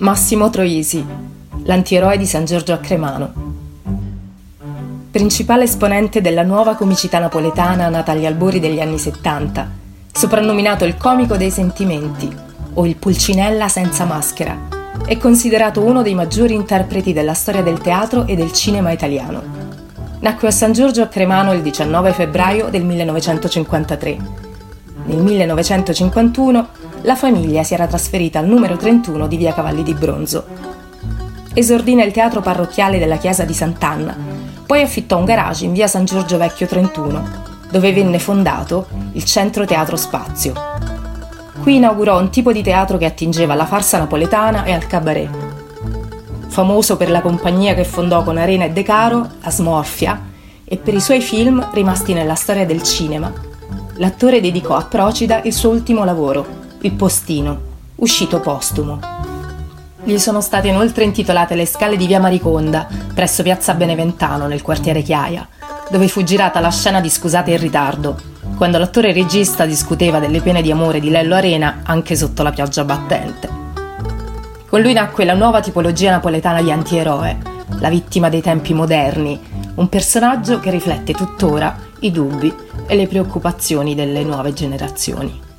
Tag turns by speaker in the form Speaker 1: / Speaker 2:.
Speaker 1: Massimo Troisi, l'antieroe di San Giorgio a Cremano. Principale esponente della nuova comicità napoletana nata agli albori degli anni 70, soprannominato il comico dei sentimenti o il Pulcinella senza maschera, è considerato uno dei maggiori interpreti della storia del teatro e del cinema italiano. Nacque a San Giorgio a Cremano il 19 febbraio del 1953. Nel 1951 la famiglia si era trasferita al numero 31 di via Cavalli di Bronzo. Esordì nel teatro parrocchiale della chiesa di Sant'Anna, poi affittò un garage in via San Giorgio Vecchio 31, dove venne fondato il Centro Teatro Spazio. Qui inaugurò un tipo di teatro che attingeva alla farsa napoletana e al cabaret. Famoso per la compagnia che fondò con Arena e De Caro, la Smorfia, e per i suoi film rimasti nella storia del cinema, l'attore dedicò a Procida il suo ultimo lavoro, Il Postino, uscito postumo. Gli sono state inoltre intitolate le scale di via Mariconda, presso piazza Beneventano, nel quartiere Chiaia, dove fu girata la scena di Scusate il ritardo, quando l'attore regista discuteva delle pene di amore di Lello Arena anche sotto la pioggia battente. Con lui nacque la nuova tipologia napoletana di antieroe, la vittima dei tempi moderni, un personaggio che riflette tuttora i dubbi e le preoccupazioni delle nuove generazioni.